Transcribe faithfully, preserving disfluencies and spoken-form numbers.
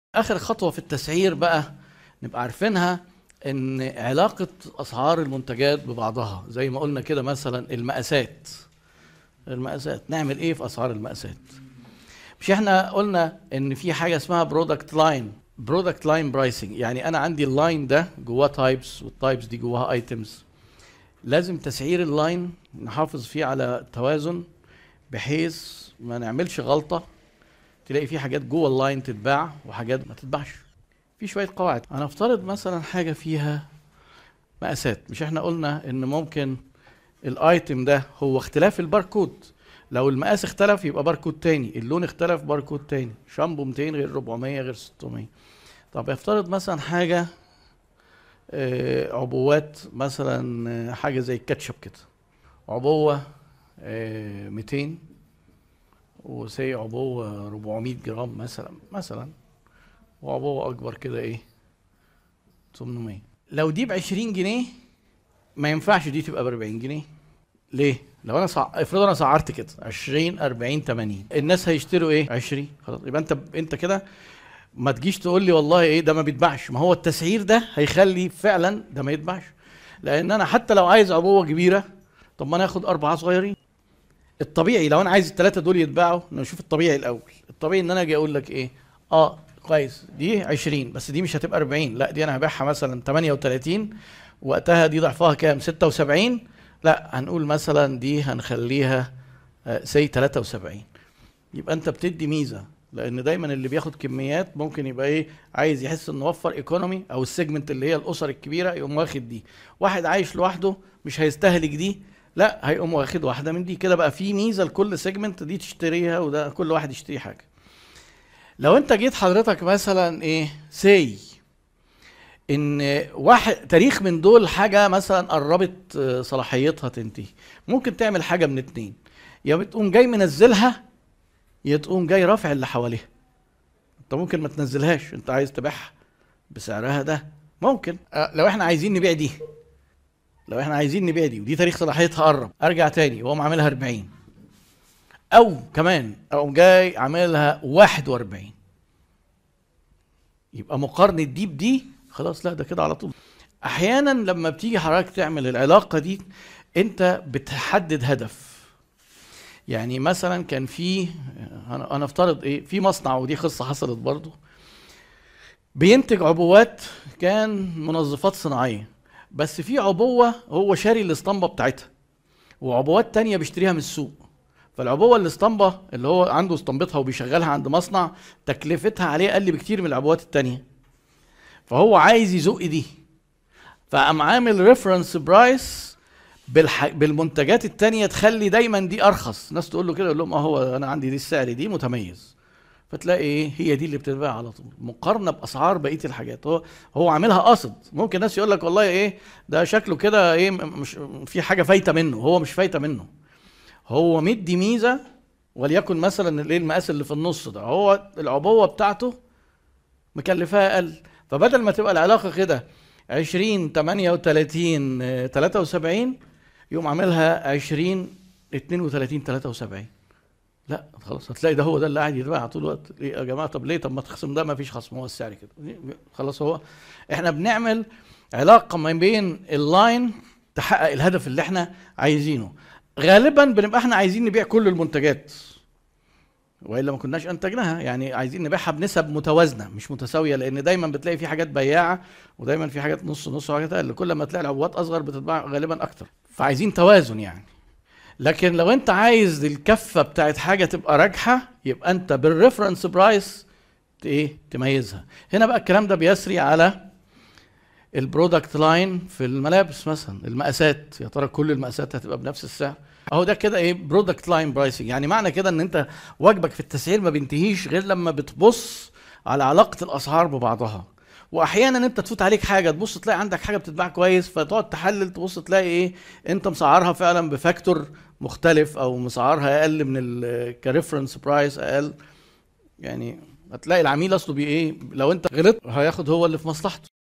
اخر خطوه في التسعير بقى نبقى عارفينها، ان علاقه اسعار المنتجات ببعضها زي ما قلنا كده. مثلا المقاسات المقاسات نعمل ايه في اسعار المقاسات؟ مش احنا قلنا ان في حاجه اسمها برودكت لاين برودكت لاين برايسنج؟ يعني انا عندي اللاين ده جواه تايبس، والتايبس دي جواها ايتمز. لازم تسعير اللاين نحافظ فيه على توازن بحيث ما نعملش غلطه تلاقي في حاجات جوه اللاين تتباع وحاجات ما تتباعش. في شويه قواعد. هنفترض مثلا حاجه فيها مقاسات. مش احنا قلنا ان ممكن الايتم ده هو اختلاف الباركود؟ لو المقاس اختلف يبقى باركود تاني، اللون اختلف باركود تاني، شامبو مئتين غير أربعمية غير ستمية. طب افترض مثلا حاجه آه عبوات، مثلا آه حاجه زي الكاتشب كده، عبوه آه مئتين وسي عبوه أربعمية جرام مثلا مثلا وعبوه اكبر كده ايه ثمانمية. لو دي ب عشرين جنيه ما ينفعش دي تبقى ب أربعين جنيه. ليه؟ لو انا صع... افرض انا سعرت كده عشرين أربعين ثمانين، الناس هيشتروا ايه؟ عشرين. خلاص يبقى انت انت كده ما تجيش تقول لي والله ايه ده ما بيتباعش. ما هو التسعير ده هيخلي فعلا ده ما يتباعش، لان انا حتى لو عايز عبوه كبيره، طب ما انا اخد اربعه صغيرين. الطبيعي لو انا عايز الثلاثه دول يتباعوا، نشوف الطبيعي الاول. الطبيعي ان انا اجي اقول لك ايه؟ اه كويس، دي عشرين بس دي مش هتبقى أربعين، لا دي انا هبيعها مثلا ثمانية وثلاثين، وقتها دي ضعفها كام؟ ستة وسبعين. لا هنقول مثلا دي هنخليها آه سي ثلاثة وسبعين. يبقى انت بتدي ميزه، لان دايما اللي بياخد كميات ممكن يبقى ايه؟ عايز يحس انه وفر ايكونومي، او السيجمنت اللي هي الاسر الكبيره يقوم واخد دي. واحد عايش لوحده مش هيستهلك دي، لا هيقوم واخد واحده من دي. كده بقى في ميزه لكل سيجمنت، دي تشتريها وده كل واحد يشتري حاجه. لو انت جيت حضرتك مثلا ايه سي ان واحد تاريخ من دول حاجه مثلا قربت صلاحيتها تنتهي، ممكن تعمل حاجه من اتنين: يا بتقوم جاي منزلها، يا تقوم جاي رافع اللي حواليها. انت ممكن ما تنزلهاش، انت عايز تبيعها بسعرها ده ممكن. أه لو احنا عايزين نبيع دي لو احنا عايزين نبيع دي ودي تاريخ صلاحيتها قرب، ارجع تاني واقوم عاملها أربعين، او كمان اقوم جاي عاملها واحد وأربعين. يبقى مقارنه دي بدي خلاص، لا ده كده على طول. احيانا لما بتيجي حضرتك تعمل العلاقه دي انت بتحدد هدف. يعني مثلا كان في، انا افترض ايه، في مصنع، ودي قصه حصلت برضو، بينتج عبوات كان منظفات صناعيه، بس في عبوه هو شاري الاسطمبه بتاعتها، وعبوات تانية بيشتريها من السوق. فالعبوه الاسطمبه اللي هو عنده اسطمبتها وبيشغلها عند مصنع، تكلفتها عليه اقل بكتير من العبوات التانية، فهو عايز يزق دي، فقام عامل ريفرنس برايس بالح... بالمنتجات التانية تخلي دايما دي ارخص. ناس تقول له كده، يقول لهم اه هو انا عندي دي السعر دي متميز، فتلاقي ايه هي دي اللي بتتباع على طول مقارنه باسعار بقيه الحاجات. هو هو عاملها قاصد. ممكن ناس يقول لك والله ايه ده شكله كده ايه مش في حاجه فايته منه، هو مش فايته منه، هو مدي ميزه. وليكن مثلا الايه المقاس اللي في النص ده، هو العبوه بتاعته مكلفاها اقل، فبدل ما تبقى العلاقه كده عشرين ثمانية وثلاثين ثلاثة وسبعين، يقوم عاملها عشرين اثنين وثلاثين ثلاثة وسبعين. لا خلاص هتلاقي ده هو ده اللي قاعد يتباع طول الوقت. ليه يا جماعه؟ طب ليه؟ طب ما تخصم ده، ما فيش خصم، هو السعر كده خلاص. هو احنا بنعمل علاقه ما بين اللاين تحقق الهدف اللي احنا عايزينه. غالبا بنبقى احنا عايزين نبيع كل المنتجات، والا ما كناش انتجناها. يعني عايزين نبيعها بنسب متوازنه مش متساويه، لان دايما بتلاقي في حاجات بياعه ودايما في حاجات نص نص وحاجات اقل. كل ما تلاقي العبوات اصغر بتتباع غالبا اكتر، فعايزين توازن يعني. لكن لو انت عايز الكفه بتاعت حاجه تبقى راجحه، يبقى انت بالريفرنس برايس ايه تميزها. هنا بقى الكلام ده بيسري على البرودكت لاين في الملابس. مثلا المقاسات، يا ترى كل المقاسات هتبقى بنفس السعر؟ اهو ده كده ايه برودكت لاين برايسنج. يعني معنى كده ان انت واجبك في التسعير ما بينتهيش غير لما بتبص على علاقه الاسعار ببعضها. واحيانا انت تفوت عليك حاجه، تبص تلاقي عندك حاجه بتتباع كويس، فتقعد تحلل تبص تلاقي ايه انت مسعرها فعلا بفاكتور مختلف، او مسعرها اقل من الكريفرنس برايس اقل. يعني هتلاقي العميل اصله بي ايه، لو انت غلط هياخد هو اللي في مصلحته.